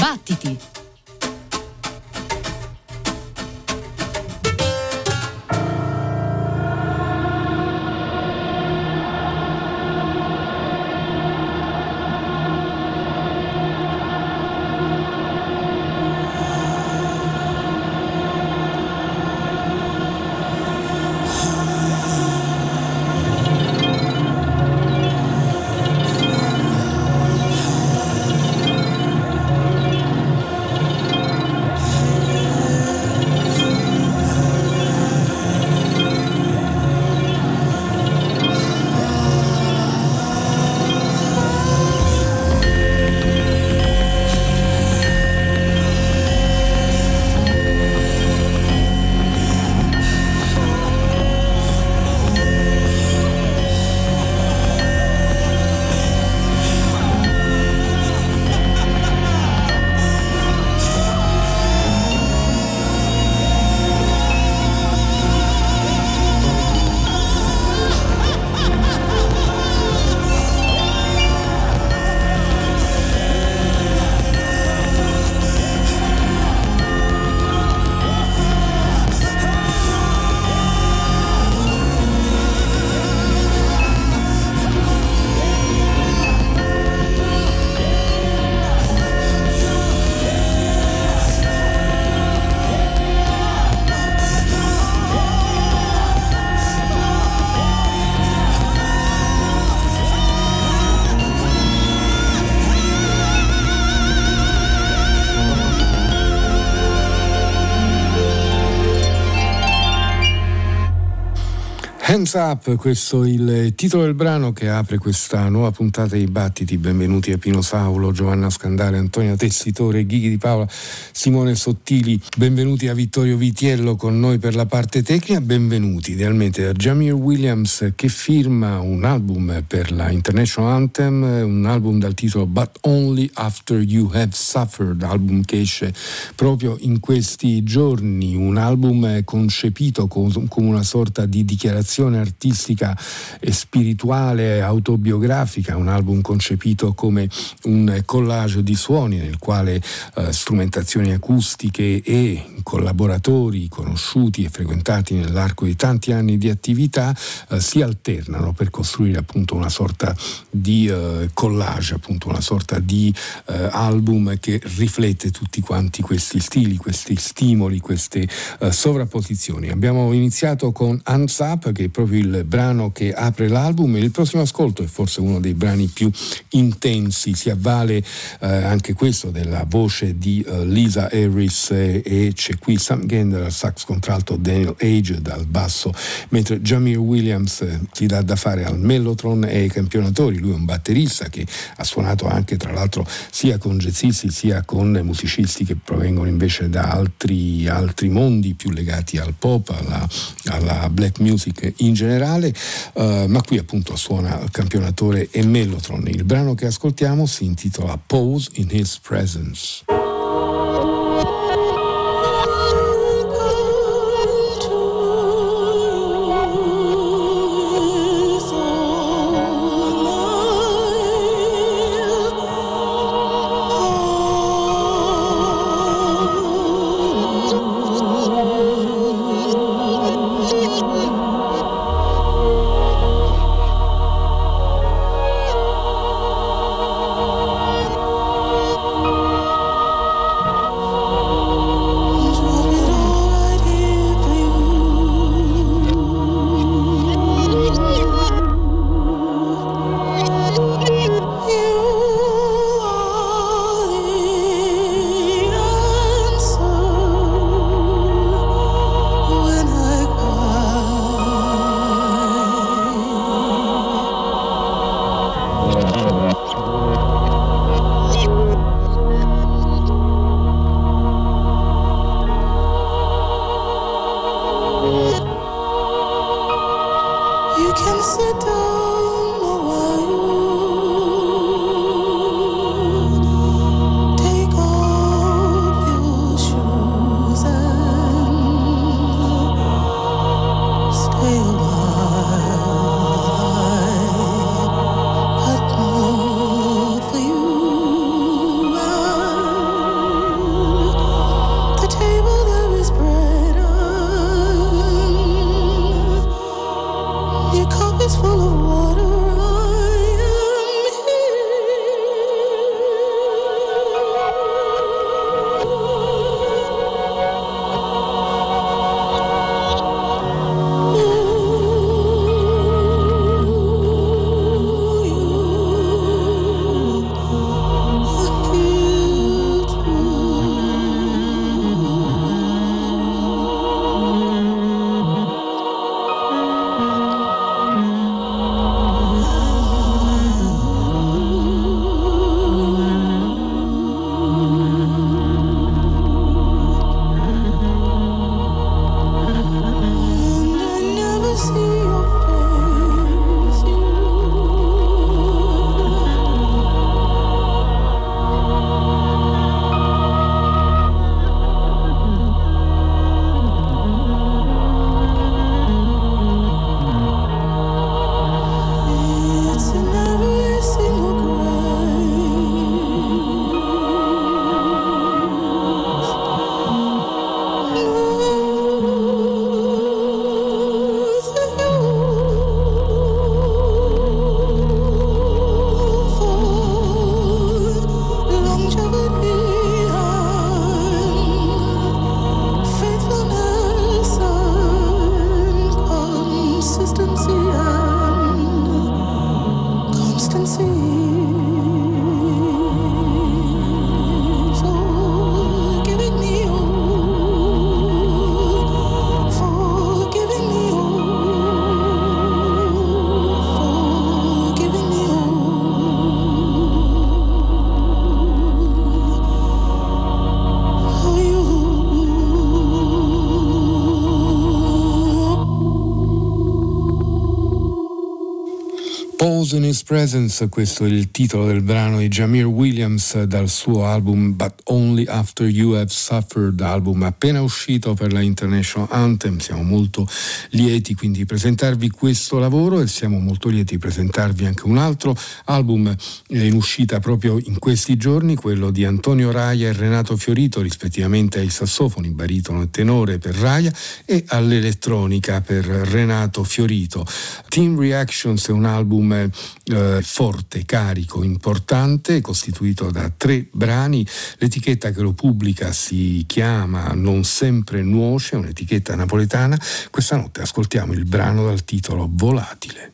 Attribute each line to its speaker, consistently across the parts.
Speaker 1: Battiti!
Speaker 2: Hands Up, questo è il titolo del brano che apre questa nuova puntata di Battiti. Benvenuti a Pino Saulo, Giovanna Scandale, Antonio Tessitore, Ghighi Di Paola, Simone Sottili. Benvenuti a Vittorio Vitiello con noi per la parte tecnica. Benvenuti idealmente a Jamir Williams, che firma un album per la International Anthem, un album dal titolo But Only After You Have Suffered, album che esce proprio in questi giorni, un album concepito come una sorta di dichiarazione artistica e spirituale, autobiografica, un album concepito come un collage di suoni nel quale strumentazioni acustiche e collaboratori conosciuti e frequentati nell'arco di tanti anni di attività si alternano per costruire appunto una sorta di collage, appunto una sorta di album che riflette tutti quanti questi stili, questi stimoli, queste sovrapposizioni. Abbiamo iniziato con Hands Up, che è proprio il brano che apre l'album, e il prossimo ascolto è forse uno dei brani più intensi, si avvale anche questo della voce di Lisa Harris e c'è qui Sam Gander al sax contralto, Daniel Age dal basso, mentre Jamir Williams si dà da fare al mellotron e ai campionatori. Lui è un batterista che ha suonato anche tra l'altro sia con jazzisti sia con musicisti che provengono invece da altri mondi più legati al pop, alla black music in generale, ma qui appunto suona campionatore e mellotron. Il brano che ascoltiamo si intitola Pose in His Presence. In His Presence, questo è il titolo del brano di Jamir Williams dal suo album But Only After You Have Suffered, album appena uscito per la International Anthem. Siamo molto lieti quindi di presentarvi questo lavoro e siamo molto lieti di presentarvi anche un altro album in uscita proprio in questi giorni, quello di Antonio Raia e Renato Fiorito, rispettivamente ai sassofoni, baritono e tenore per Raia e all'elettronica per Renato Fiorito. Team Reactions è un album forte, carico, importante, costituito da 3 brani. L'etichetta che lo pubblica si chiama Non Sempre Nuoce, un'etichetta napoletana. Questa notte ascoltiamo il brano dal titolo Volatile.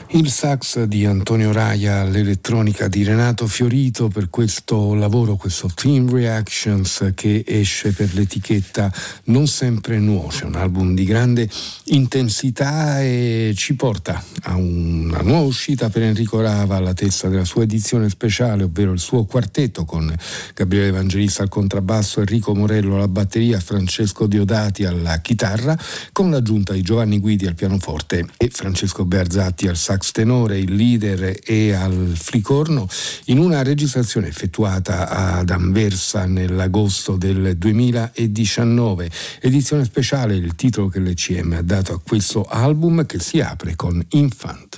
Speaker 2: Il sax di Antonio Raia, l'elettronica di Renato Fiorito per questo lavoro, questo Team Reactions che esce per l'etichetta Non Sempre Nuoce, un album di grande intensità e ci porta a una nuova uscita per Enrico Rava alla testa della sua edizione speciale, ovvero il suo quartetto con Gabriele Evangelista al contrabbasso, Enrico Morello alla batteria, Francesco Diodati alla chitarra, con l'aggiunta di Giovanni Guidi al pianoforte e Francesco Bearzatti al sax tenore, il leader e al flicorno, in una registrazione effettuata ad Anversa nell'agosto del 2019. Edizione speciale, il titolo che l'ECM ha dato a questo album, che si apre con Infant.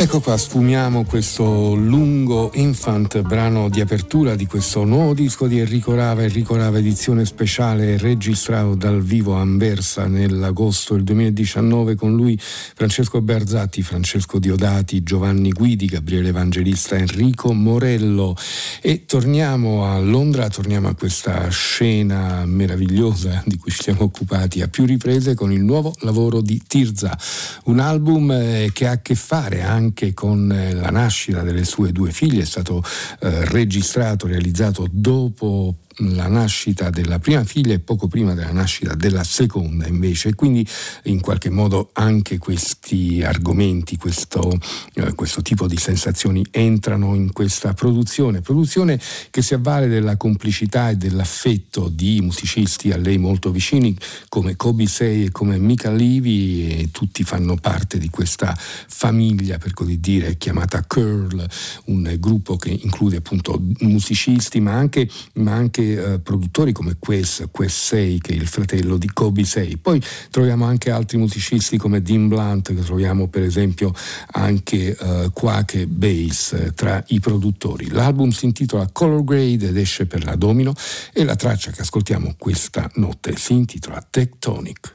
Speaker 2: Ecco qua, sfumiamo questo lungo Infant, brano di apertura di questo nuovo disco di Enrico Rava edizione speciale registrato dal vivo a Anversa nell'agosto del 2019, con lui Francesco Berzatti, Francesco Diodati, Giovanni Guidi, Gabriele Evangelista, Enrico Morello. E torniamo a Londra, torniamo a questa scena meravigliosa di cui ci siamo occupati a più riprese con il nuovo lavoro di Tirza, un album che ha a che fare anche con la nascita delle sue due figlie. È stato realizzato dopo la nascita della prima figlia e poco prima della nascita della seconda invece, e quindi in qualche modo anche questi argomenti, questo tipo di sensazioni entrano in questa produzione che si avvale della complicità e dell'affetto di musicisti a lei molto vicini come Kobe Say e come Mika Levy, e tutti fanno parte di questa famiglia, per così dire, chiamata Curl, un gruppo che include appunto musicisti ma anche produttori come Quest Say, che è il fratello di Kobe Say. Poi troviamo anche altri musicisti come Dean Blunt, che troviamo per esempio anche Quake Bass tra i produttori. L'album si intitola Color Grade ed esce per la Domino, e la traccia che ascoltiamo questa notte si intitola Tectonic.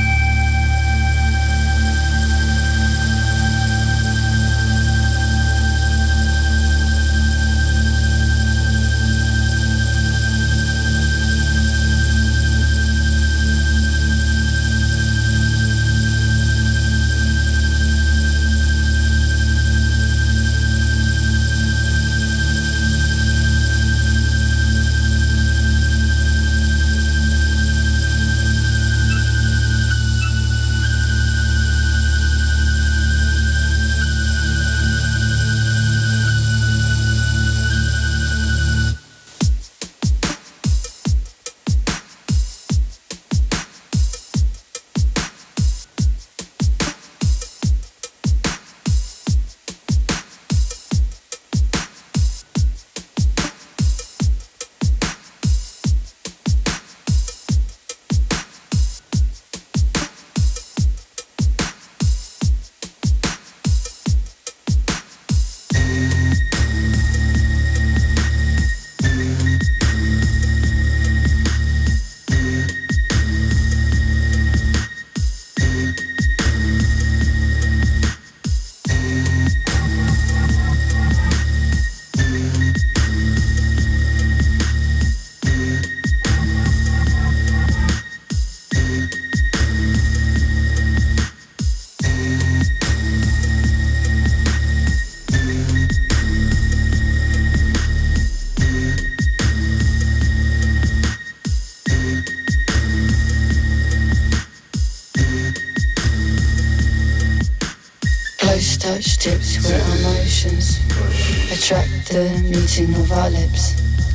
Speaker 1: Touch tips where emotions attract the meeting of our lips.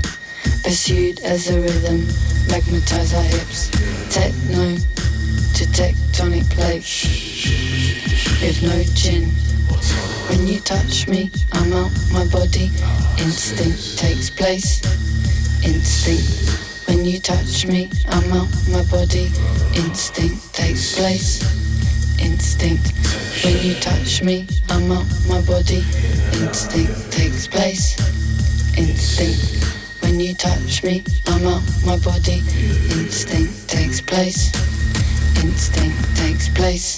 Speaker 1: Pursued as a rhythm, magnetize our hips. Techno to tectonic plates with no chin. When you touch me, I'm out my body. Instinct takes place. Instinct. When you touch me, I'm out my body. Instinct takes place. Instinct. When you touch me, I'm out my body. Instinct takes place. Instinct. When you touch me, I'm out my body. Instinct takes place. Instinct takes place.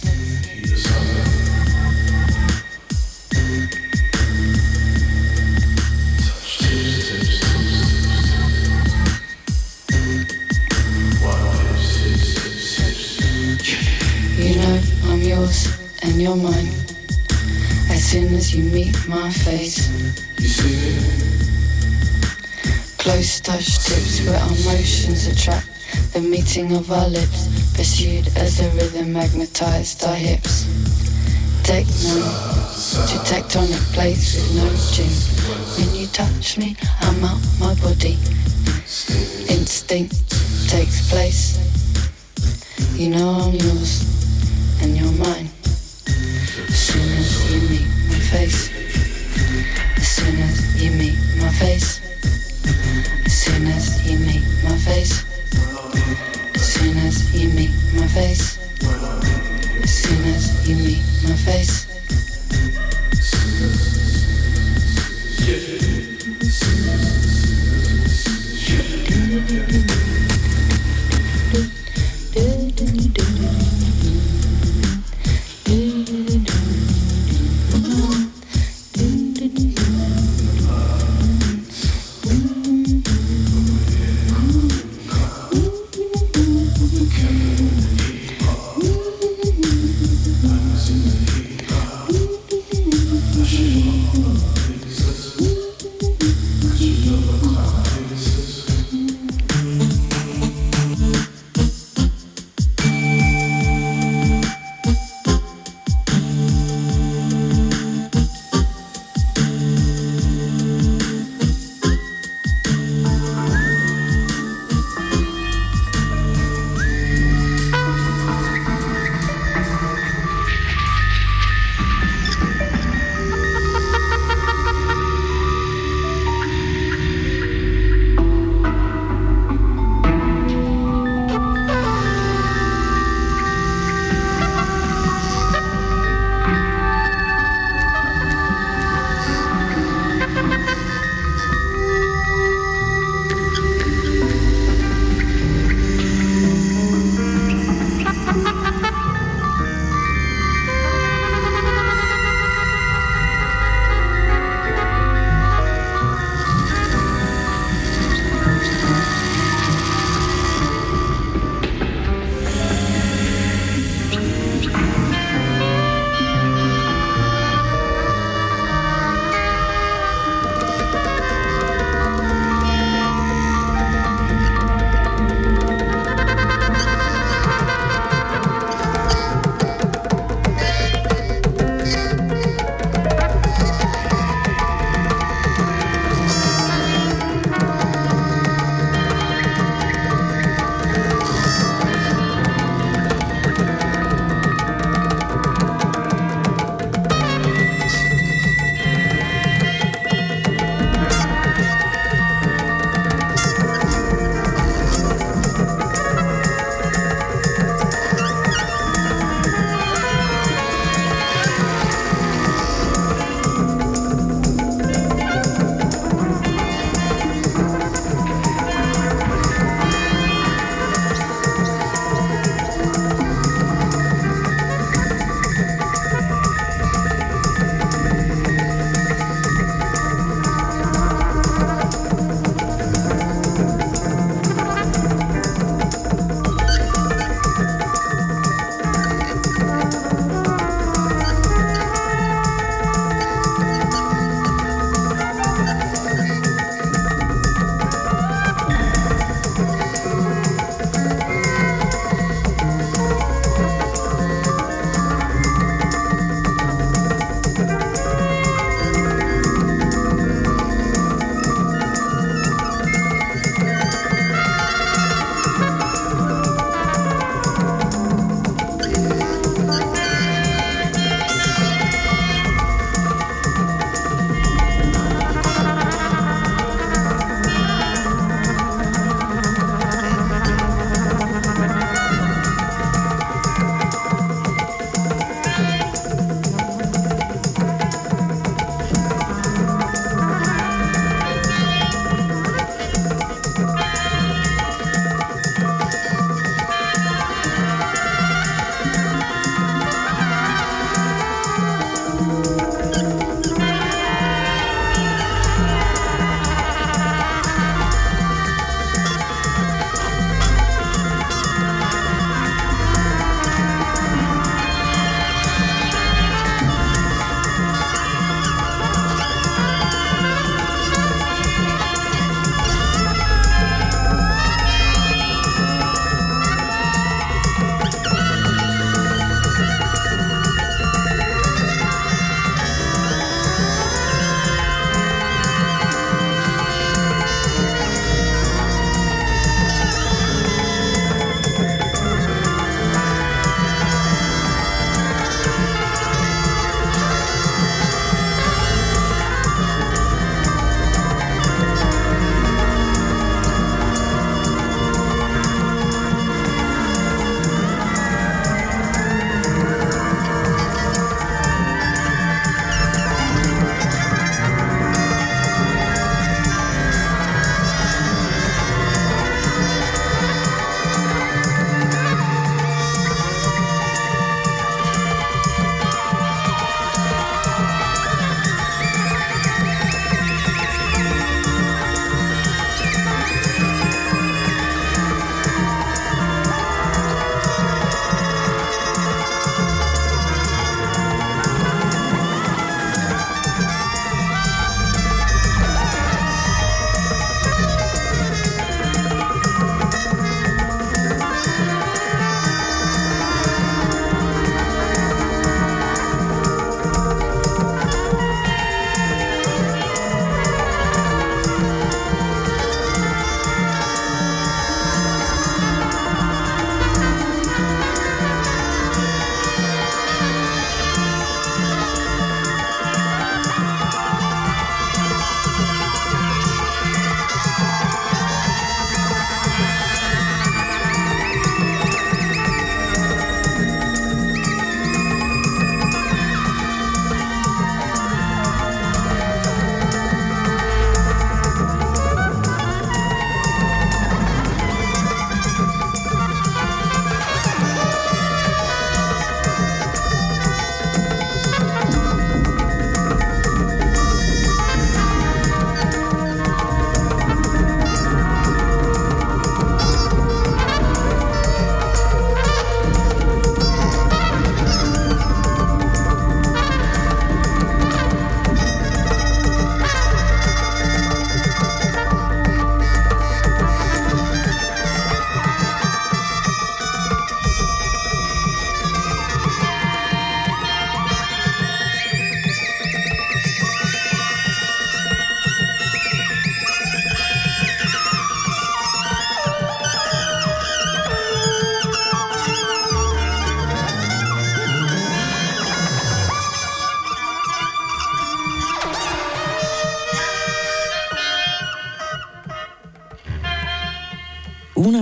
Speaker 1: You know I'm yours and you're mine. As soon as you meet my face, you see it. Close touch tips where our motions attract the meeting of our lips. Pursued as a rhythm, magnetized our hips. Techno to tectonic plates with no gym. When you touch me, I'm out my body. Instinct takes place. You know I'm yours and you're mine. As soon as you meet my face. As soon as you meet my face. As soon as you meet my face. As soon as you meet my face. As soon as you meet my face.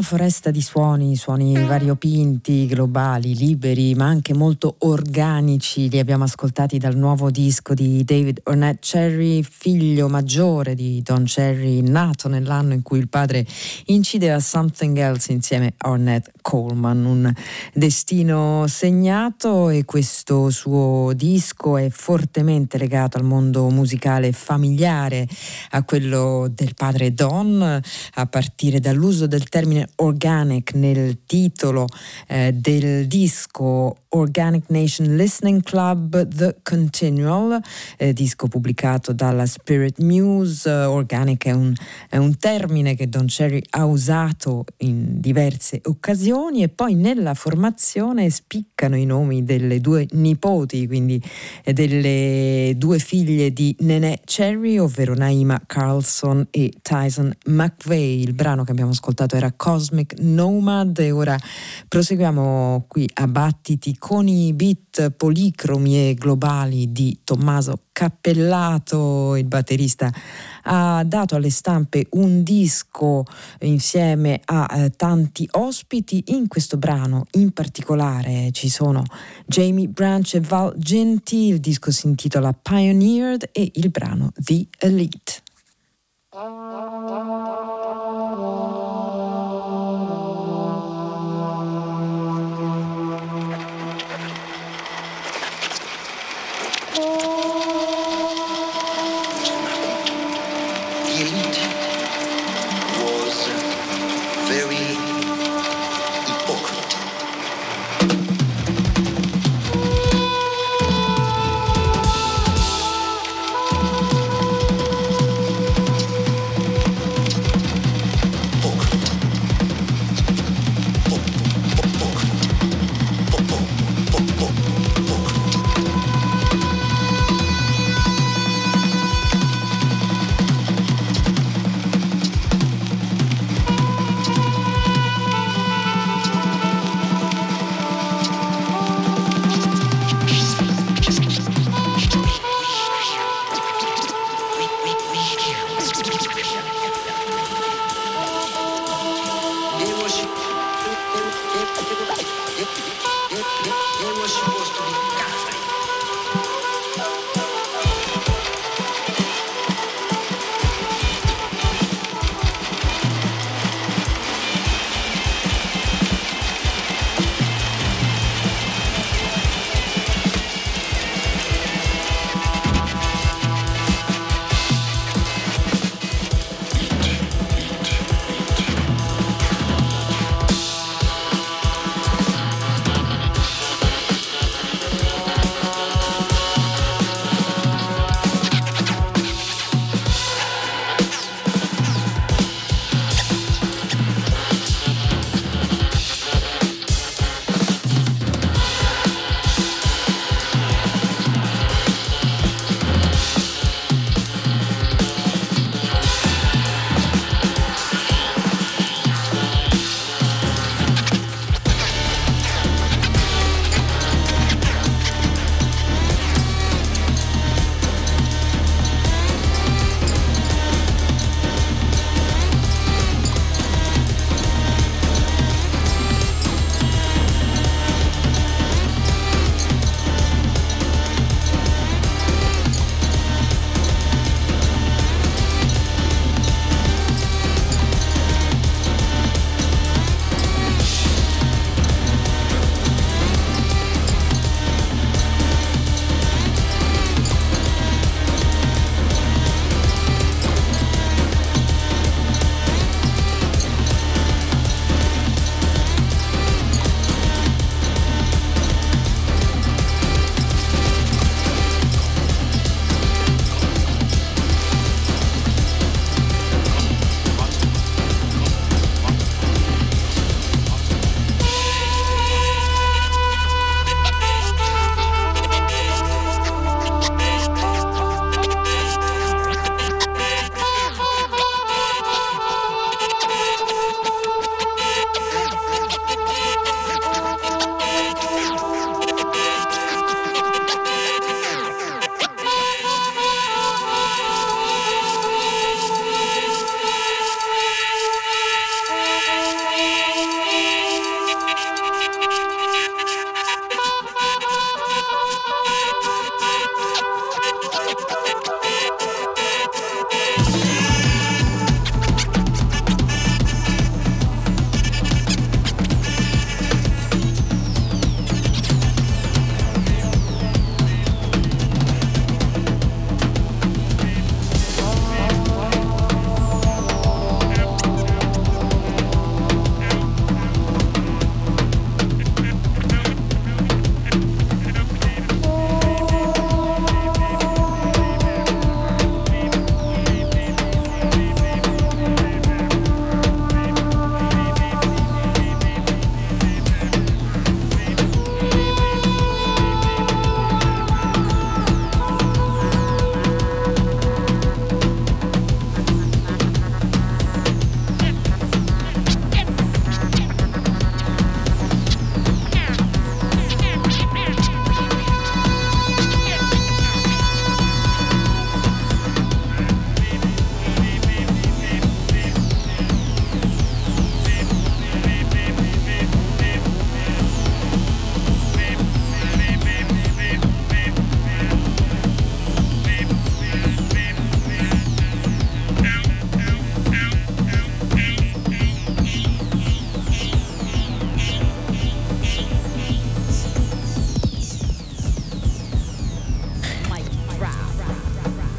Speaker 3: foresta di suoni variopinti, globali, liberi, ma anche molto organici. Li abbiamo ascoltati dal nuovo disco di David Ornette Cherry, figlio maggiore di Don Cherry, nato nell'anno in cui il padre incide a Something Else insieme a Ornette Coleman. Un destino segnato, e questo suo disco è fortemente legato al mondo musicale familiare, a quello del padre Don, a partire dall'uso del termine organic nel titolo del disco Organic Nation Listening Club The Continual, disco pubblicato dalla Spirit Muse. Organic è un termine che Don Cherry ha usato in diverse occasioni, e poi nella formazione spiccano i nomi delle due nipoti, quindi delle due figlie di Neneh Cherry, ovvero Naima Carlson e Tyson McVeigh. Il brano che abbiamo ascoltato era Cosmic Nomad, e ora proseguiamo qui a battiti con i beat policromi e globali di Tommaso Cappellato. Il batterista ha dato alle stampe un disco insieme a tanti ospiti. In questo brano in particolare ci sono Jamie Branch e Val Genti. Il disco si intitola Pioneered e il brano The Elite.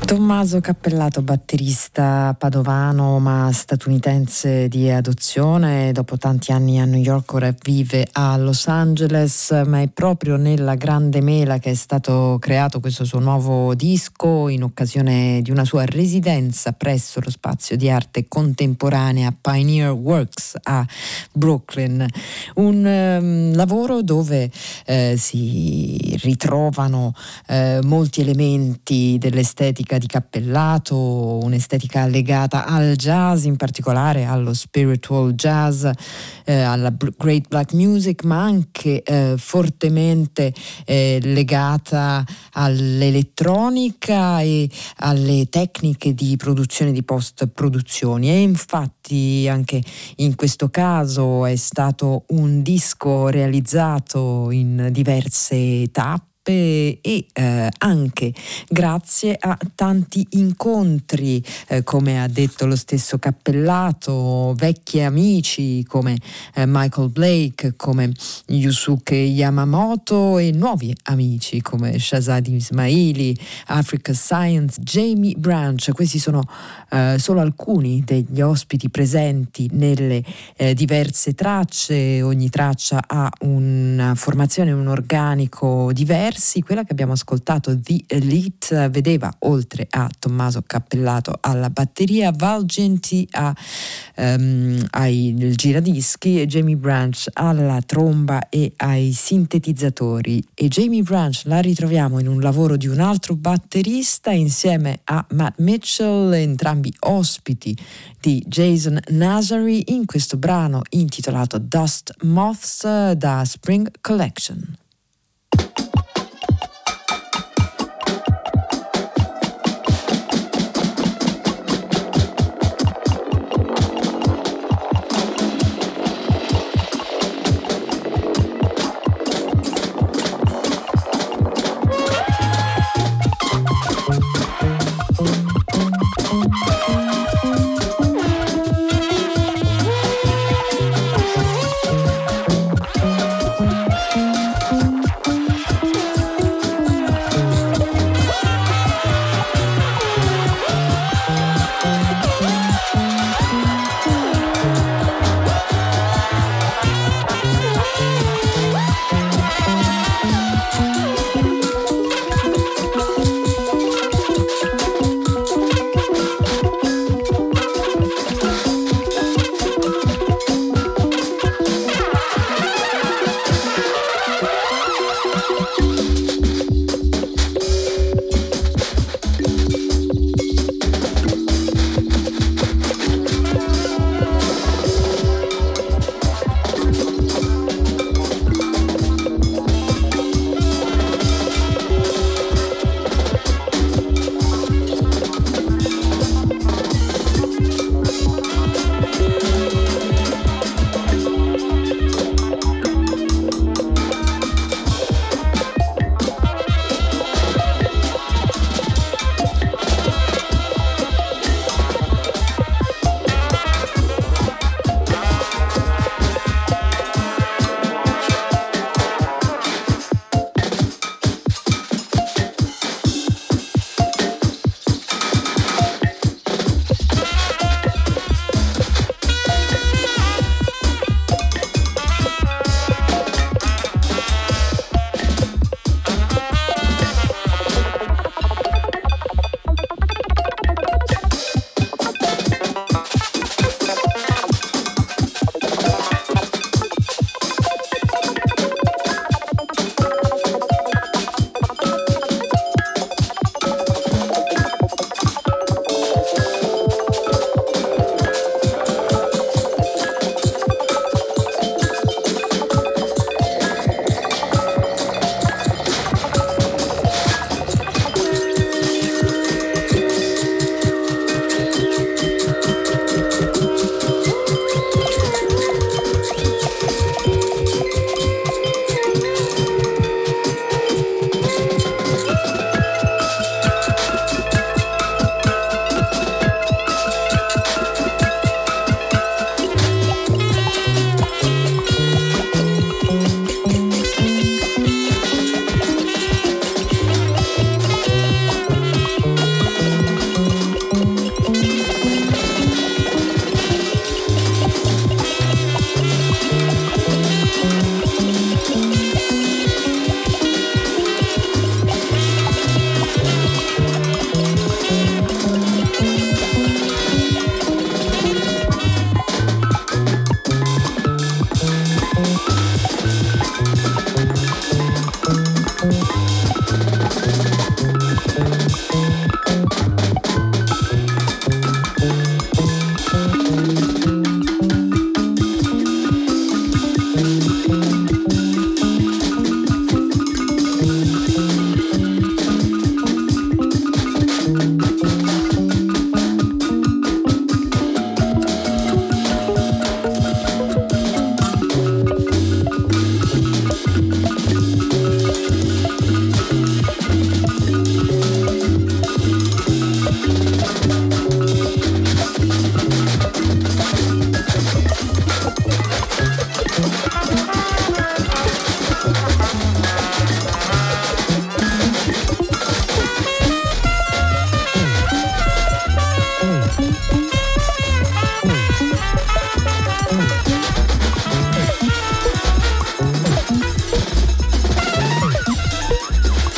Speaker 3: Tommaso Cappellato, batterista padovano ma statunitense di adozione, dopo tanti anni a New York ora vive a Los Angeles, ma è proprio nella Grande Mela che è stato creato questo suo nuovo disco in occasione di una sua residenza presso lo spazio di arte contemporanea Pioneer Works a Brooklyn. Un lavoro dove si ritrovano molti elementi dell'estetica di Cappellato, un'estetica legata al jazz, in particolare allo spiritual jazz, alla great black music, ma anche fortemente legata all'elettronica e alle tecniche di produzione, di post-produzioni. E infatti anche in questo caso è stato un disco realizzato in diverse tappe e anche grazie a tanti incontri, come ha detto lo stesso Cappellato, vecchi amici come Michael Blake, come Yusuke Yamamoto, e nuovi amici come Shazadi Ismaili, Africa Science, Jamie Branch. Questi sono solo alcuni degli ospiti presenti nelle diverse tracce. Ogni traccia ha una formazione, un organico diverso. Quella che abbiamo ascoltato, The Elite, vedeva oltre a Tommaso Cappellato alla batteria, Val Genti ai giradischi e Jamie Branch alla tromba e ai sintetizzatori. E Jamie Branch la ritroviamo in un lavoro di un altro batterista insieme a Matt Mitchell, entrambi ospiti di Jason Nazary, in questo brano intitolato Dust Moths da Spring Collection.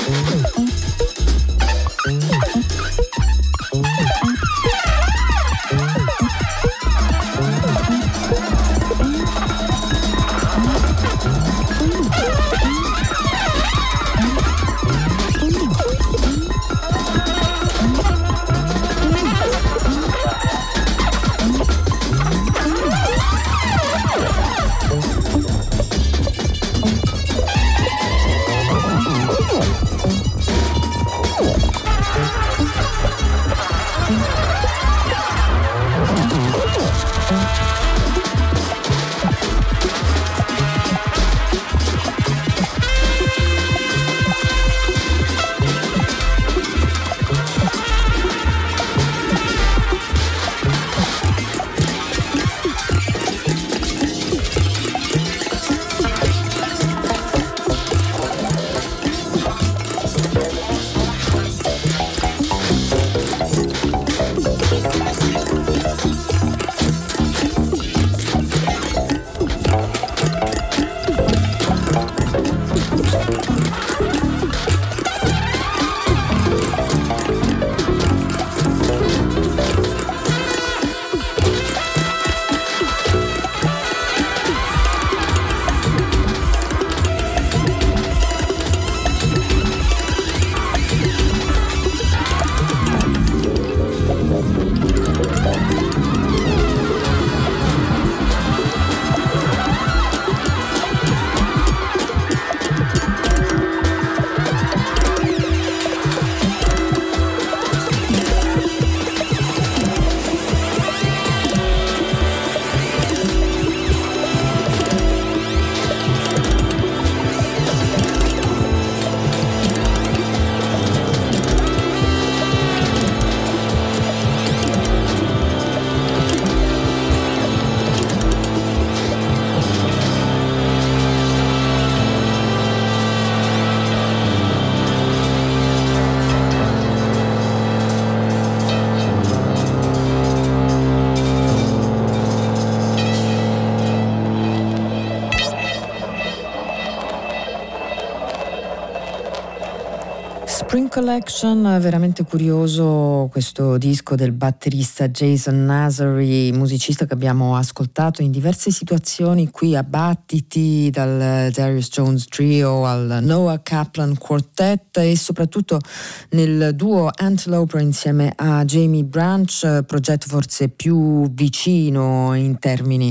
Speaker 3: Spring Collection, veramente curioso questo disco del batterista Jason Nazary, musicista che abbiamo ascoltato in diverse situazioni qui a Battiti, dal Darius Jones Trio al Noah Kaplan Quartet e soprattutto nel duo Antelope insieme a Jamie Branch, progetto forse più vicino in termini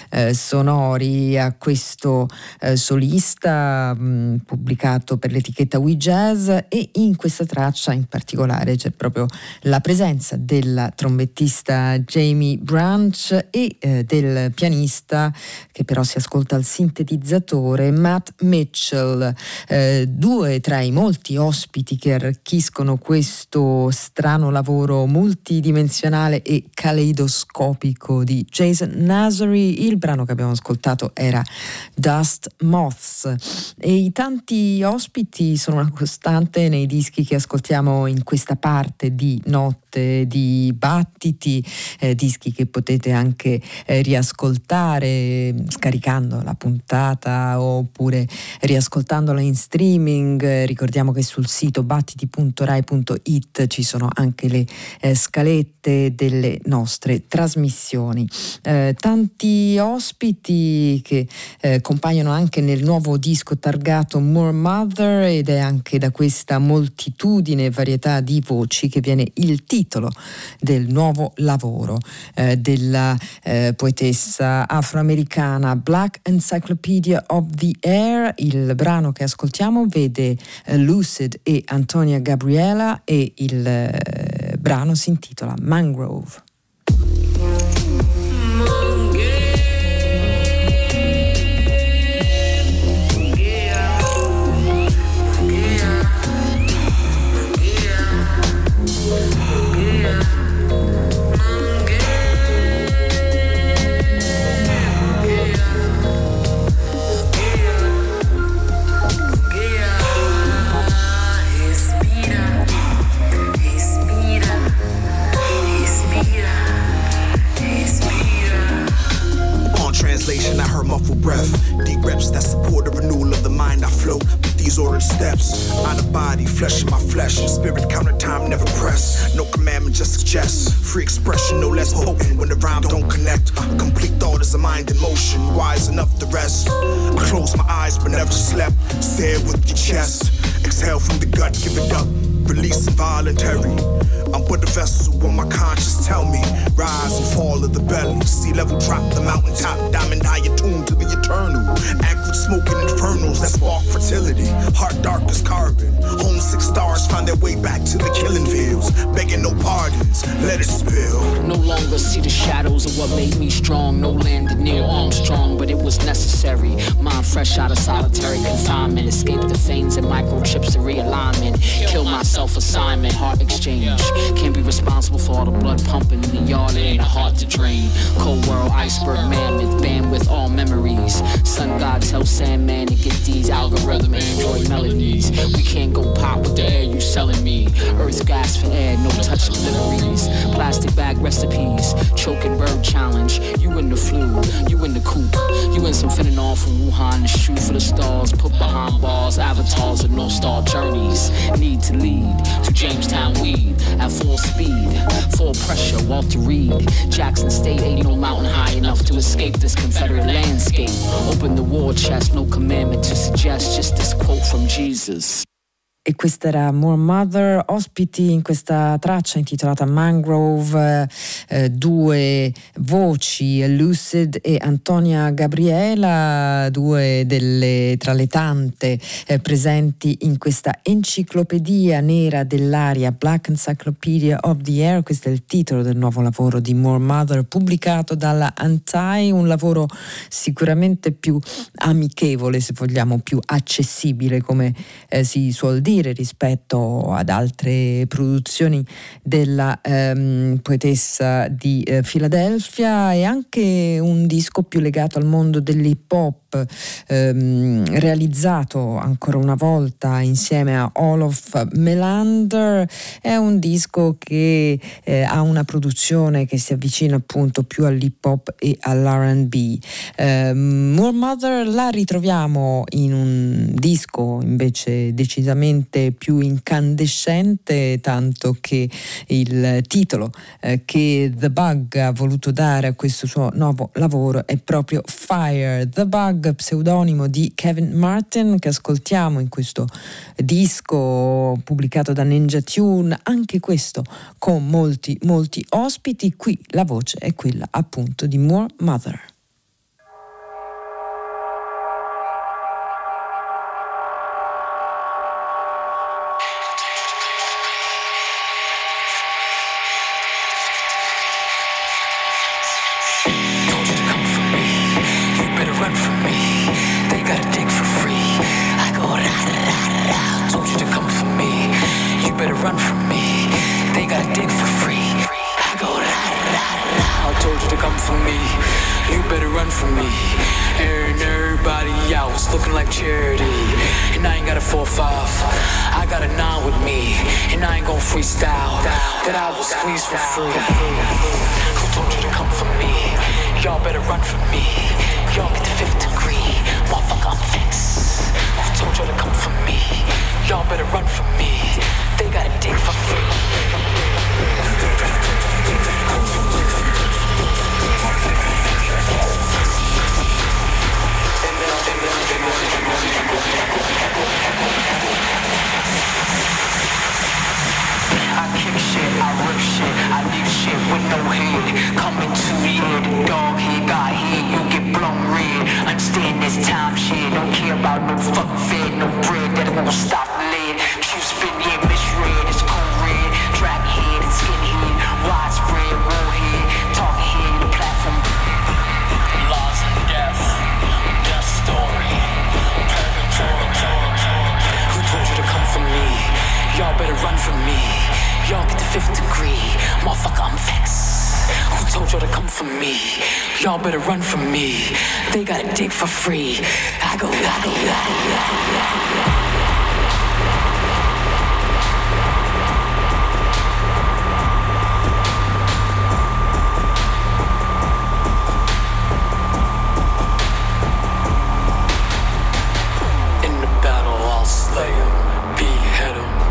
Speaker 3: sonori a questo solista pubblicato per l'etichetta We Jazz, e in questa traccia in particolare c'è proprio la presenza del trombettista Jamie Branch e del pianista, che però si ascolta al sintetizzatore, Matt Mitchell, due tra i molti ospiti che arricchiscono questo strano lavoro multidimensionale e caleidoscopico di Jason Nazary. Il brano che abbiamo ascoltato era Dust Moths e i tanti ospiti sono una costante nei dischi che ascoltiamo in questa parte di notte di Battiti, dischi che potete anche riascoltare scaricando la puntata oppure riascoltandola in streaming. Ricordiamo che sul sito battiti.rai.it ci sono anche le scalette delle nostre trasmissioni. Tanti ospiti che compaiono anche nel nuovo disco targato More Mother, ed è anche da questa moltitudine e varietà di voci che viene il titolo del nuovo lavoro della poetessa afroamericana Black Encyclopedia of the Air. Il brano che ascoltiamo vede Lucid e Antonia Gabriela e il brano si intitola Mangrove.
Speaker 4: Respira, body, flesh in my flesh. Spirit counter time, never press. No commandment, just suggest. Free expression, no less potent when the rhyme don't connect. Complete thought is a mind in motion, wise enough to rest. I close my eyes but never slept. Say it with your chest. Exhale from the gut, give it up. Release involuntary. I'm but a vessel when my conscience tell me. Rise and fall of the belly. Sea level drop the mountaintop. Diamond eye attuned to the eternal. Anchored smoking infernos that spark fertility. Heart dark as carbon. Homesick stars find their way back to the killing fields. Begging no pardons, let it spill.
Speaker 5: No longer see the shadows of what made me strong. No landed Neil Armstrong, but it was necessary. Mind fresh out of solitary confinement. Escape the veins and microchips to realignment. Kill my self-assignment, heart exchange. Can't be responsible for all the blood pumping in the yard, it ain't hard to drain. Cold world, iceberg mammoth, bandwidth, all memories. Sun God tells Sandman to get these algorithm android melodies. We can't go pop with the air you selling me. Earth gas for air, no touch deliveries. Plastic bag recipes, choking bird challenge. You in the flu, you in the coop. You in some fentanyl from Wuhan, the shoe for the stars. Put behind bars, avatars of North Star journeys. Need to lead to Jamestown weed at full speed, full pressure, Walter Reed. Jackson State ain't no mountain high enough to escape this Confederate landscape. Open the war chest, no commandment to suggest, just this quote from Jesus.
Speaker 3: E questa era More Mother, ospiti in questa traccia intitolata Mangrove, due voci, Lucid e Antonia Gabriela, due tra le tante presenti in questa enciclopedia nera dell'aria, Black Encyclopedia of the Air. Questo è il titolo del nuovo lavoro di More Mother, pubblicato dalla Antai, un lavoro sicuramente più amichevole, se vogliamo, più accessibile, come si suol dire, rispetto ad altre produzioni della poetessa di Filadelfia, e anche un disco più legato al mondo dell'hip hop, realizzato ancora una volta insieme a Olof Melander. È un disco che ha una produzione che si avvicina appunto più all'hip hop e all'R&B. More Mother la ritroviamo in un disco invece decisamente più incandescente, tanto che il titolo che The Bug ha voluto dare a questo suo nuovo lavoro è proprio Fire. The Bug, pseudonimo di Kevin Martin, che ascoltiamo in questo disco pubblicato da Ninja Tune, anche questo con molti ospiti. Qui la voce è quella appunto di More Mother.
Speaker 5: Y'all better run from me. They gotta dig for free. I go. In the battle, I'll slay 'em, behead 'em.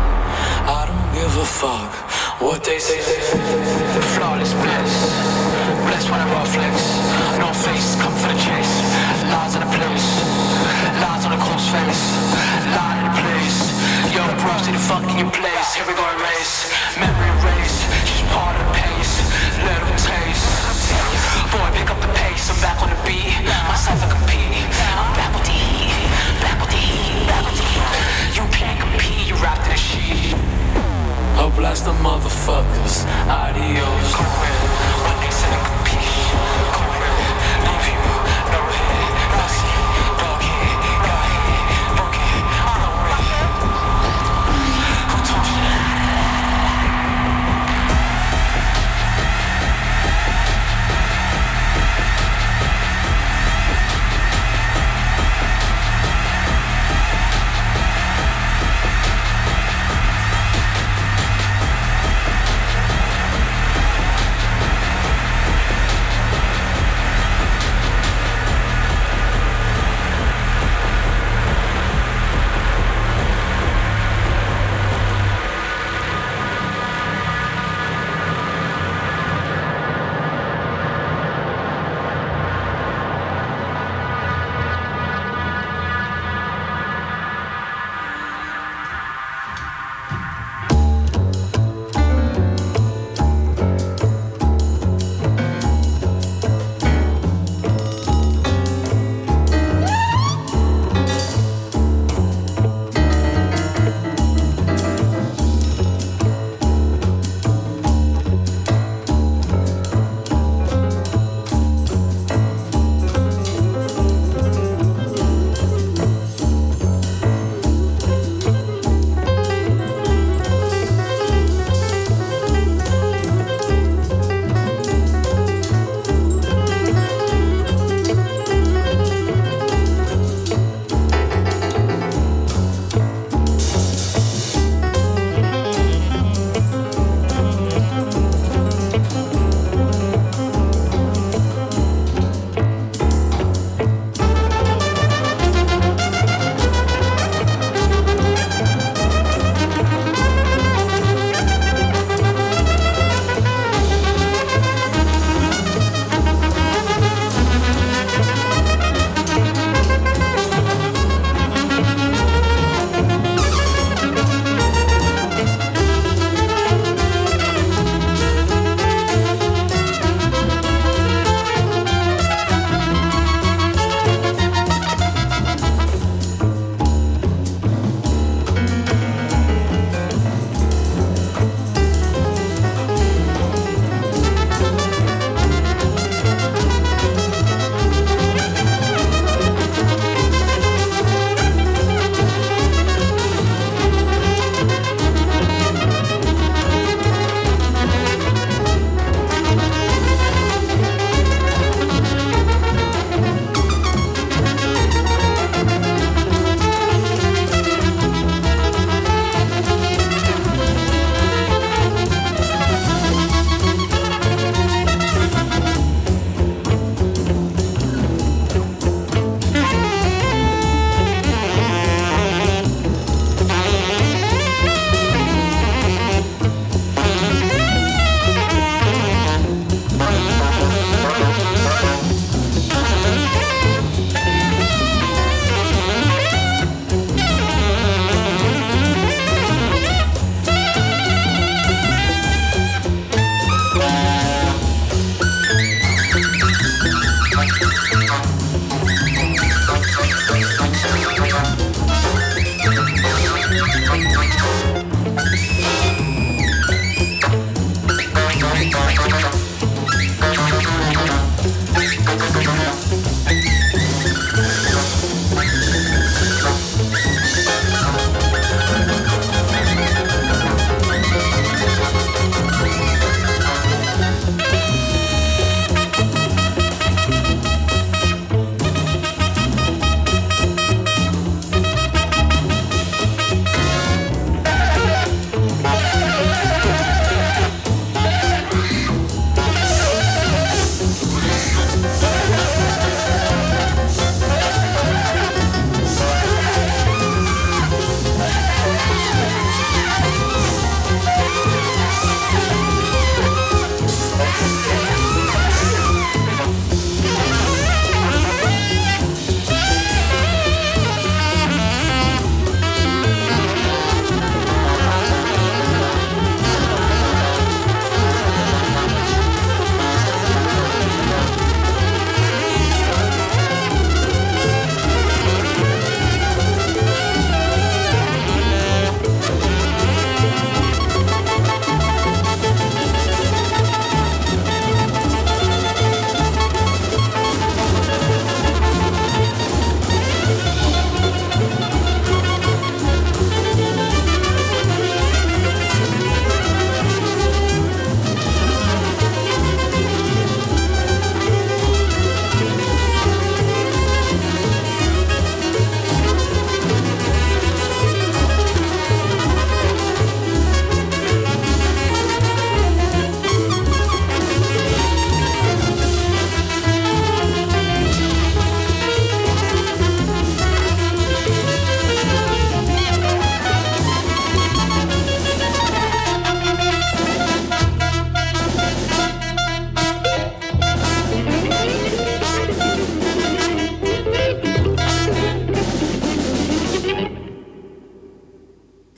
Speaker 5: fuck what they say. Flawless bliss, blessed whenever I flex. No face, come for the chase. Lies in the place, lies on a close face. Lie in the place, yo bro, stay the fuck in your place. Here we go, erase, memory erase. She's part of the pace, let them taste. Boy, pick up the pace, I'm back on the beat. Myself I compete, I'm back with the heat. Back with the heat, back with the heat. You can't compete, you wrapped in a sheet. I'll blast the motherfuckers, adios. Correct, when they say compete. Correct, leave you, no hit, no see. Dog hit, got hit, broke it, I'm no red. Who told you that?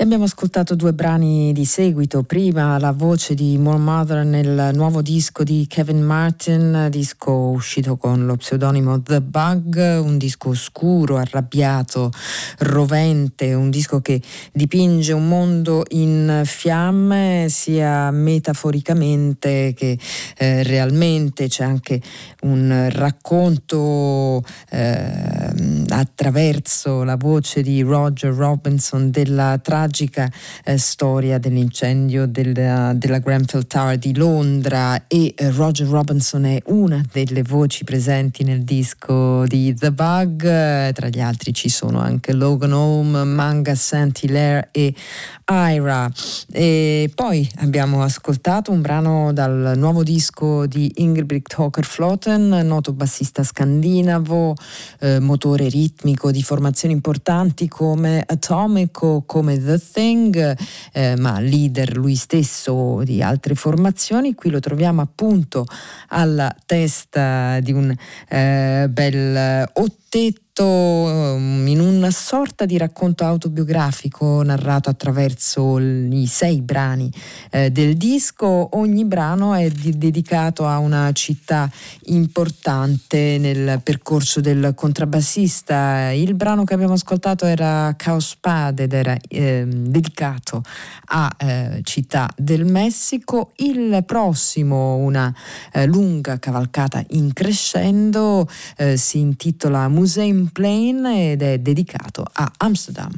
Speaker 3: Abbiamo ascoltato due brani di seguito, prima la voce di More Mother nel nuovo disco di Kevin Martin, disco uscito con lo pseudonimo The Bug, un disco oscuro, arrabbiato, rovente, un disco che dipinge un mondo in fiamme sia metaforicamente che realmente. C'è anche un racconto attraverso la voce di Roger Robinson della tragica storia dell'incendio della Grenfell Tower di Londra, e Roger Robinson è una delle voci presenti nel disco di The Bug. Tra gli altri ci sono anche Logan Holm, Manga Saint-Hilaire e Ira. E poi abbiamo ascoltato un brano dal nuovo disco di Ingebrigt Hocker-Floten, noto bassista scandinavo, motore ritmico di formazioni importanti come Atomic o come The Thing, ma leader lui stesso di altre formazioni. Qui lo troviamo appunto alla testa di un bel ottetto in una sorta di racconto autobiografico narrato attraverso i 6 brani del disco. Ogni brano è dedicato a una città importante nel percorso del contrabbassista. Il brano che abbiamo ascoltato era Carlsbad ed era dedicato a Città del Messico. Il prossimo, una lunga cavalcata in crescendo, si intitola Museum Plain ed è dedicato a Amsterdam.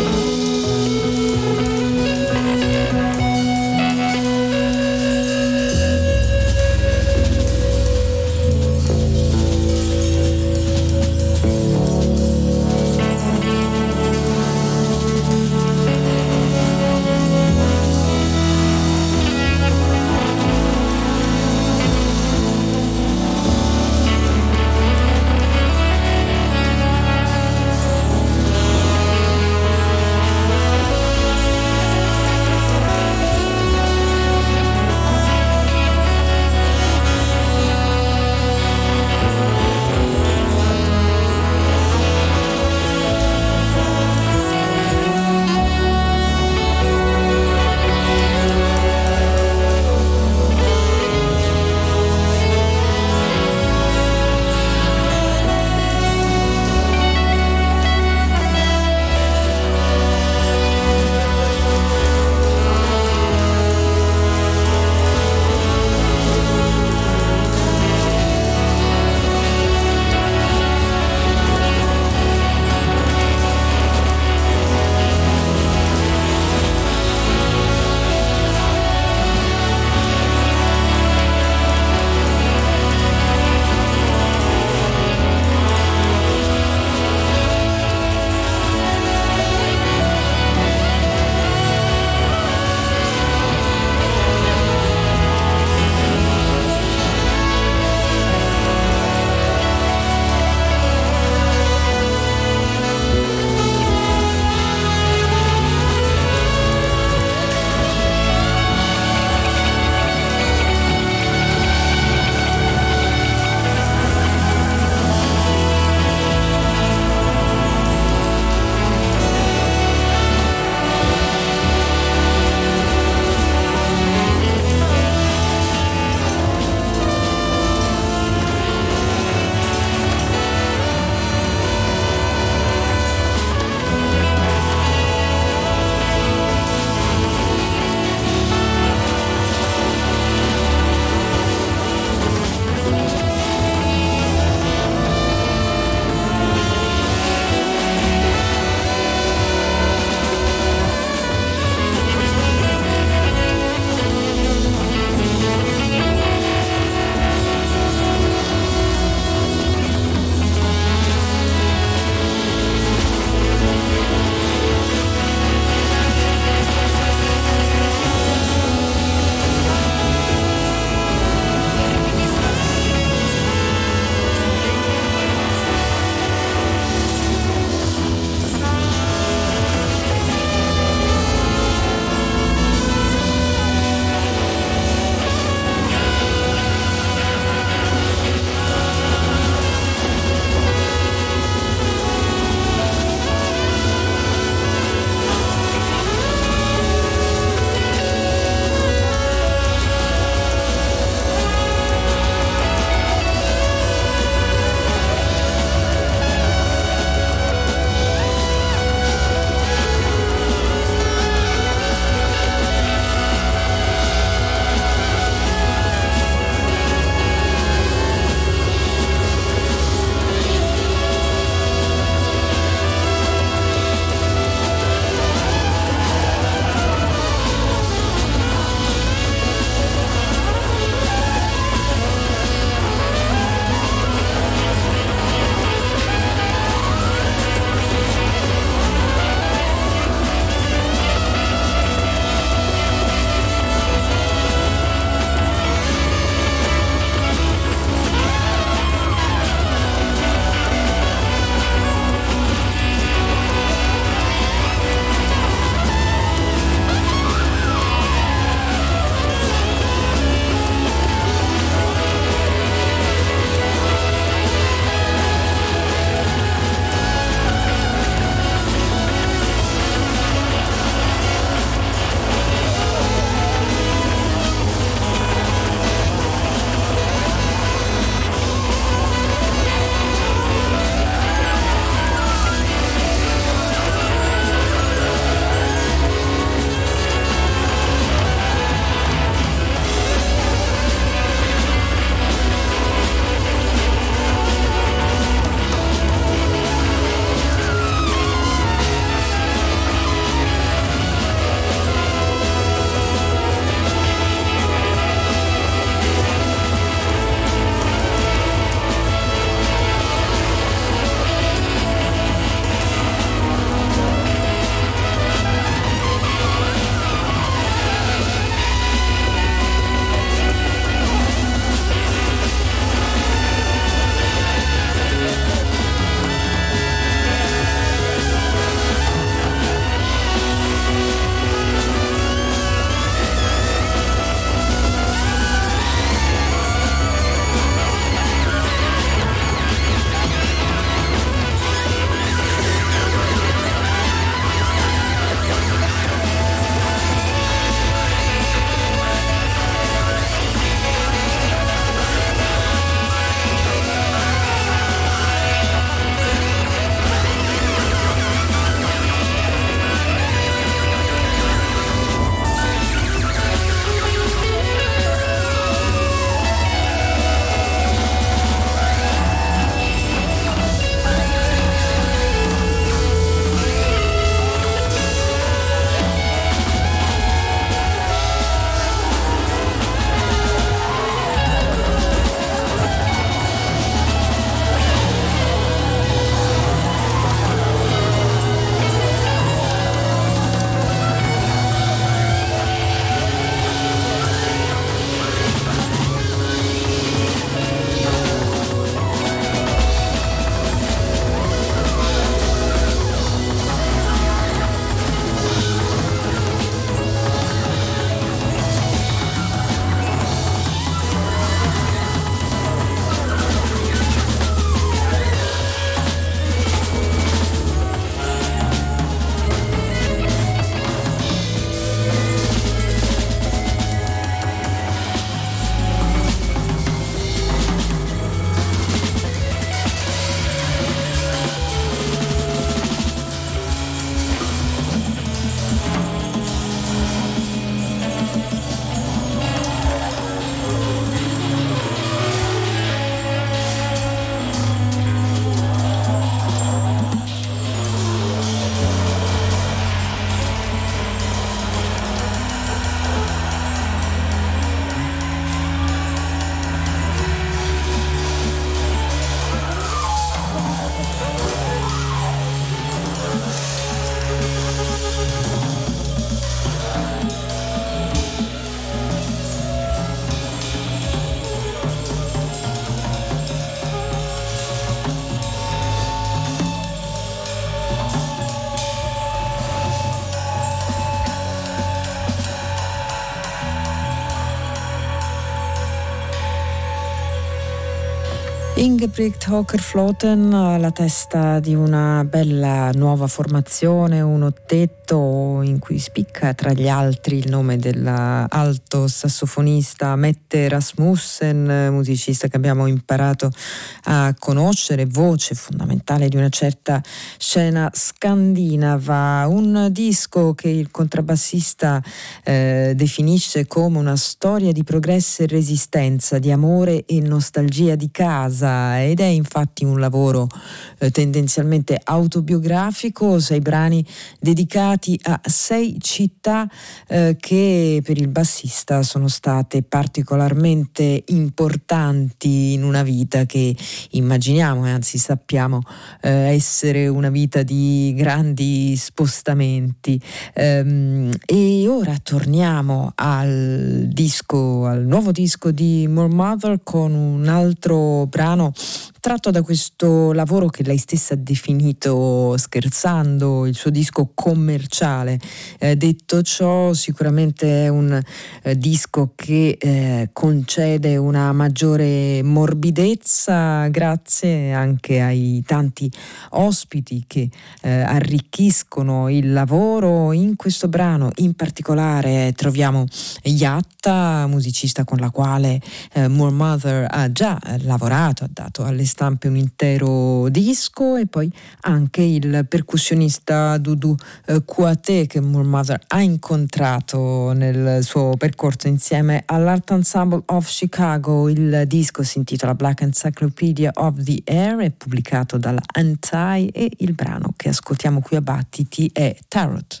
Speaker 3: Ingebrigt Hocker-Floten alla testa di una bella nuova formazione, un ottetto in cui spicca tra gli altri il nome dell'alto sassofonista Mette Rasmussen, musicista che abbiamo imparato a conoscere, voce fondamentale di una certa scena scandinava. Un disco che il contrabbassista definisce come una storia di progresso e resistenza, di amore e nostalgia di casa, ed è infatti un lavoro tendenzialmente autobiografico, 6 brani dedicati a 6 città che per il bassista sono state particolarmente importanti in una vita che immaginiamo e anzi sappiamo essere una vita di grandi spostamenti. E ora torniamo al nuovo disco di Moor Mother con un altro brano tratto da questo lavoro che lei stessa ha definito, scherzando, il suo disco commerciale. Detto ciò, sicuramente è un disco che concede una maggiore morbidezza grazie anche ai tanti ospiti che arricchiscono il lavoro. In questo brano in particolare troviamo Yatta, musicista con la quale Moor Mother ha già lavorato, ha dato alle stampe un intero disco, e poi anche il percussionista Dudu Kouaté che Moor Mother ha incontrato nel suo percorso insieme all'Art Ensemble of Chicago. Il disco si intitola Black Encyclopedia of the Air, è pubblicato dalla Anti, e il brano che ascoltiamo qui a Battiti è Tarot.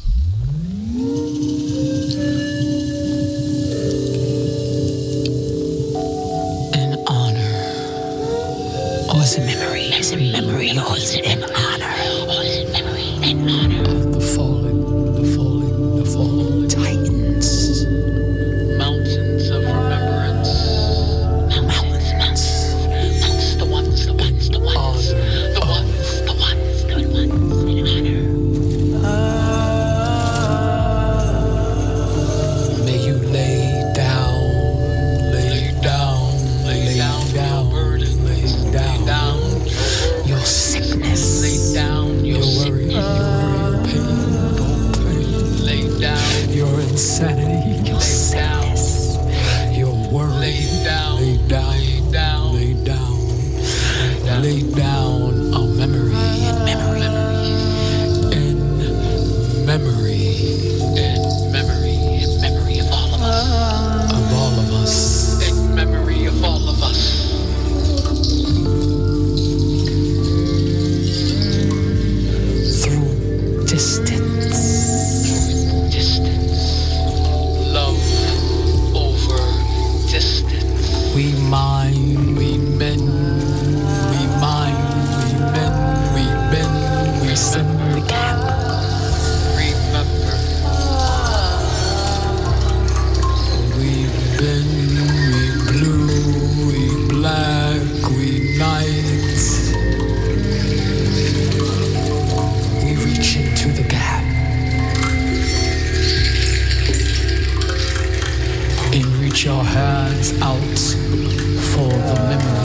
Speaker 5: Or is it memory? Is it memory or is it an honor? Or is it memory and honor? Of the fallen Titans. Mountains of remembrance. Mountains. The ones in honor. May you lay down your sickness, lay down your worry, your pain, don't pain, lay down your insanity, your sadness, your worry, lay down a memory, in memory of all of us, in memory of all of us. Distance, love over distance. We mine, we mend, we send the gap. Remember, we bend, we blue, we black, we night. We reach into the gap and reach our hands out for the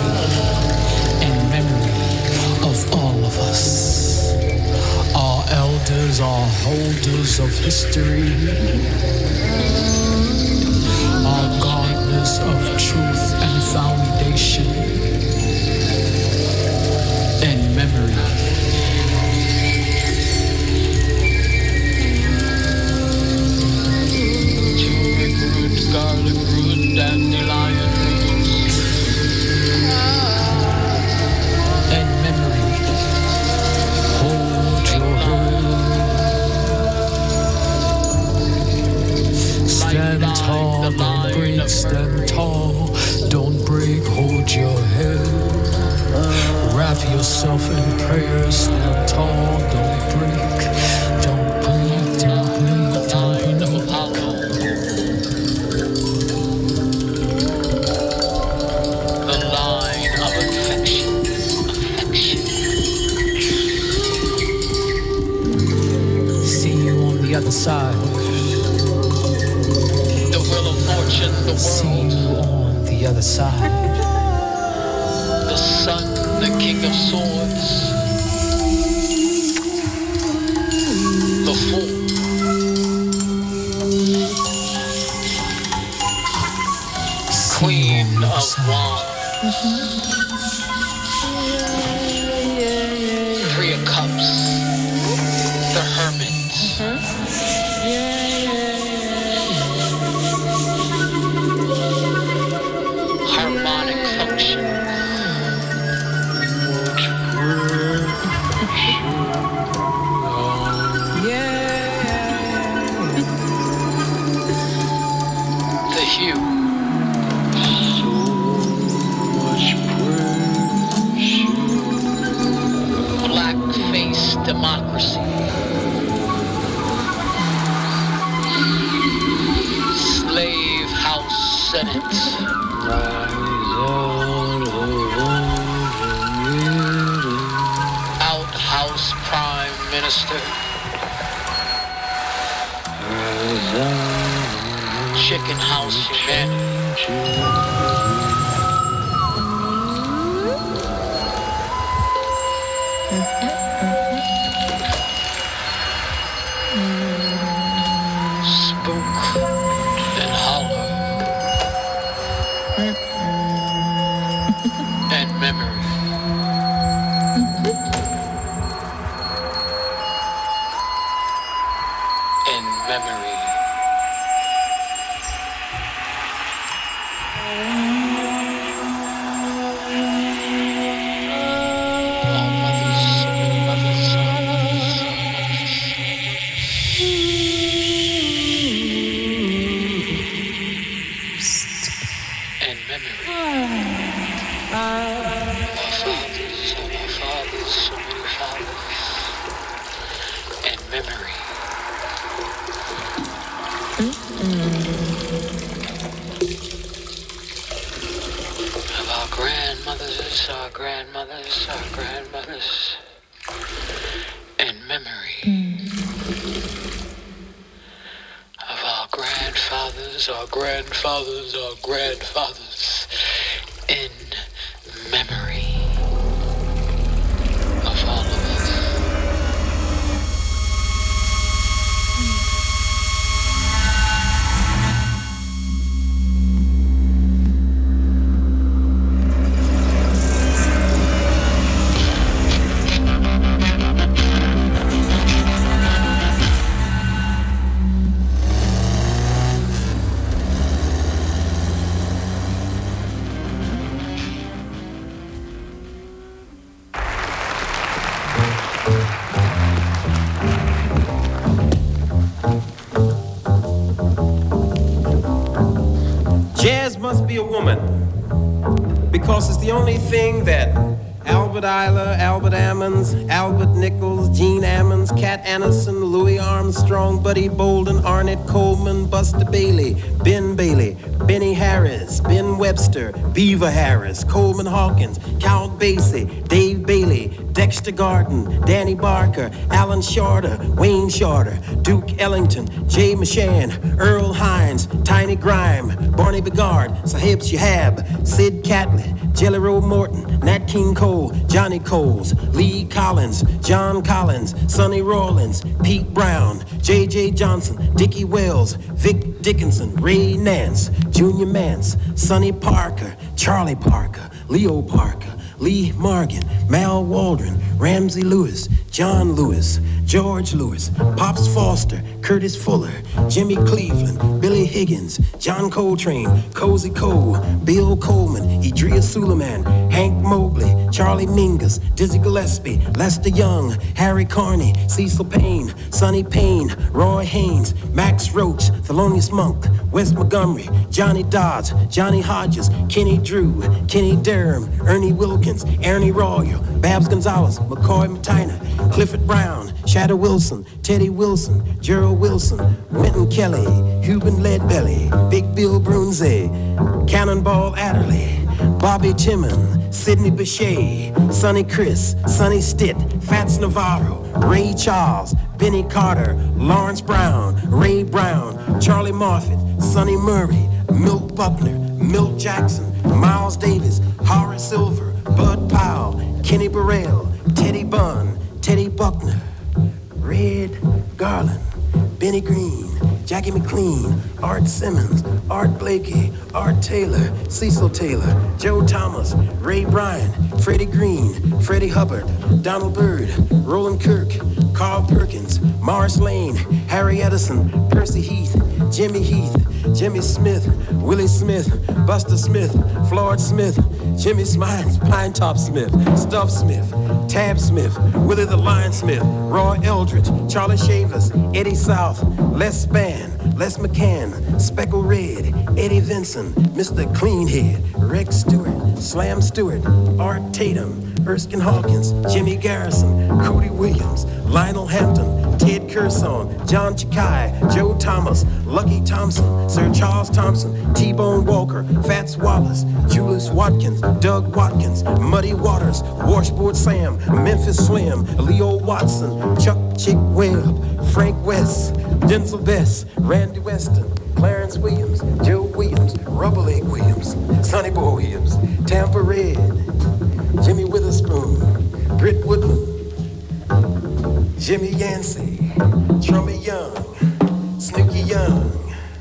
Speaker 5: memory of all of us. Our elders are holders of history, our gardeners of truth and foundation and memory. Garlic root, dandelion roots, and memory. Hold your head. Stand tall, don't break. Stand tall, don't break. Hold your head. Wrap yourself in prayer. Stand tall, don't break. Don't break, don't break, don't break. The other side. The wheel of fortune, the world. See you on the other side. The King of Swords, the Fool, Queen of Wands, Three of Cups, the Hermit, harmonic function, the Hue, black-face democracy, slave house senate, outhouse prime minister, chicken house humanity, spook and hollow, and memory. And memory. Oh, mothers, so many mothers, so many mothers, so many mothers. And memory. Our fathers, so many fathers. And memory. Of our grandmothers, our grandmothers, our grandmothers. And memory. Of our grandfathers, our grandfathers, our grandfathers. In memory of all of us.
Speaker 6: Jazz must be a woman, because it's the only thing that Albert Ayler, Albert Ammons, Albert Nichols, Gene Ammons, Cat Anderson, Louis Armstrong, Buddy Bolden, Arnett Coleman, Buster Bailey, Ben Bailey, Benny Harris, Ben Webster, Beaver Harris, Coleman Hawkins, Count Basie, Dave Bailey, Dexter Garden, Danny Barker, Alan Shorter, Wayne Shorter, Duke Ellington, Jay Mashan, Earl Hines, Tiny Grime, Barney Bigard, Sahib Shihab, Sid Catlett, Jelly Roll Morton, Nat King Cole, Johnny Coles, Lee Collins, John Collins, Sonny Rollins, Pete Brown, J.J. Johnson, Dickie Wells, Vic Dickinson, Ray Nance, Junior Mance, Sonny Parker, Charlie Parker, Leo Parker, Lee Morgan, Mal Waldron, Ramsey Lewis, John Lewis, George Lewis, Pops Foster, Curtis Fuller, Jimmy Cleveland, Billy Higgins, John Coltrane, Cozy Cole, Bill Coleman, Idria Suleiman, Hank Mobley, Charlie Mingus, Dizzy Gillespie, Lester Young, Harry Carney, Cecil Payne, Sonny Payne, Roy Haynes, Max Roach, Thelonious Monk, Wes Montgomery, Johnny Dodds, Johnny Hodges, Kenny Drew, Kenny Durham, Ernie Wilkins, Ernie Royal, Babs Gonzalez, McCoy Matina, Clifford Brown, Shadow Wilson, Teddy Wilson, Gerald Wilson, Wynton Kelly, Hubin Leadbelly, Big Bill Brunze, Cannonball Adderley, Bobby Timmon, Sidney Bechet, Sonny Chris, Sonny Stitt, Fats Navarro, Ray Charles, Benny Carter, Lawrence Brown, Ray Brown, Charlie Moffett, Sonny Murray, Milt Buckner, Milt Jackson, Miles Davis, Horace Silver, Bud Powell, Kenny Burrell, Teddy Bunn, Teddy Buckner, Red Garland, Benny Green, Jackie McLean, Art Simmons, Art Blakey, Art Taylor, Cecil Taylor, Joe Thomas, Ray Bryan, Freddie Green, Freddie Hubbard, Donald Byrd, Roland Kirk, Carl Perkins, Morris Lane, Harry Edison, Percy Heath, Jimmy Heath, Jimmy Smith, Willie Smith, Buster Smith, Floyd Smith, Jimmy Smines, Pine Top Smith, Stuff Smith, Tab Smith, Willie the Lion Smith, Roy Eldridge, Charlie Shavers, Eddie South, Les Spann, Les McCann, Speckle Red, Eddie Vinson, Mr. Cleanhead, Rex Stewart, Slam Stewart, Art Tatum, Erskine Hawkins, Jimmy Garrison, Cootie Williams, Lionel Hampton, Ted Kershaw, John Chakai, Joe Thomas, Lucky Thompson, Sir Charles Thompson, T-Bone Walker, Fats Wallace, Julius Watkins, Doug Watkins, Muddy Waters, Washboard Sam, Memphis Slim, Leo Watson, Chuck Chick Webb, Frank West, Denzel Best, Randy Weston, Clarence Williams, Joe Williams, Rubber Leg Williams, Sonny Boy Williams, Tampa Red, Jimmy Witherspoon, Britt Woodman, Jimmy Yancey, Trummy Young, Snooky Young,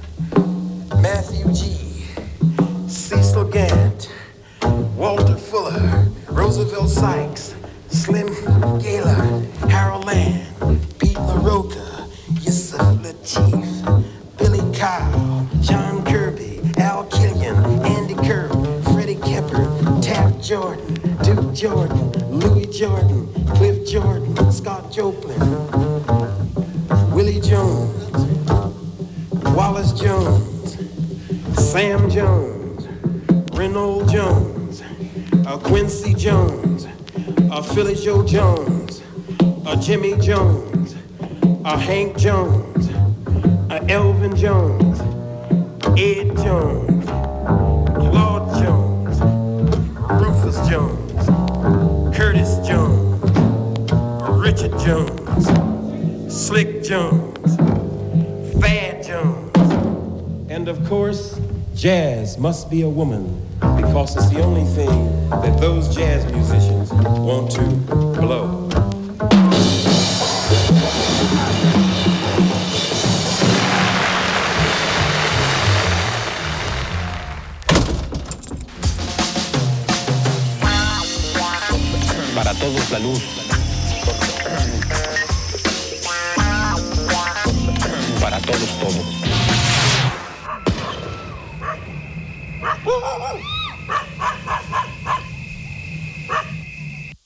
Speaker 6: Matthew G, Cecil Gant, Walter Fuller, Roosevelt Sykes, Slim Gaylor, Harold Land, Pete LaRocca, Yusuf Lateef, Billy Kyle, John Kirby, Al Killian, Andy Kerr, Freddie Kepper, Taft Jordan, Duke Jordan, Louis Jordan, Cliff Jordan, Scott Joplin, Willie Jones, Wallace Jones, Sam Jones, Reynold Jones, Quincy Jones, Philly Joe Jones, Jimmy Jones, Hank Jones, Elvin Jones, Ed Jones, Claude Jones, Rufus Jones, Curtis Jones, Richard Jones, Slick Jones, Thad Jones, and of course, jazz must be a woman because it's the only thing that those jazz musicians want to blow.
Speaker 7: Para todos la luz. Para todos todo.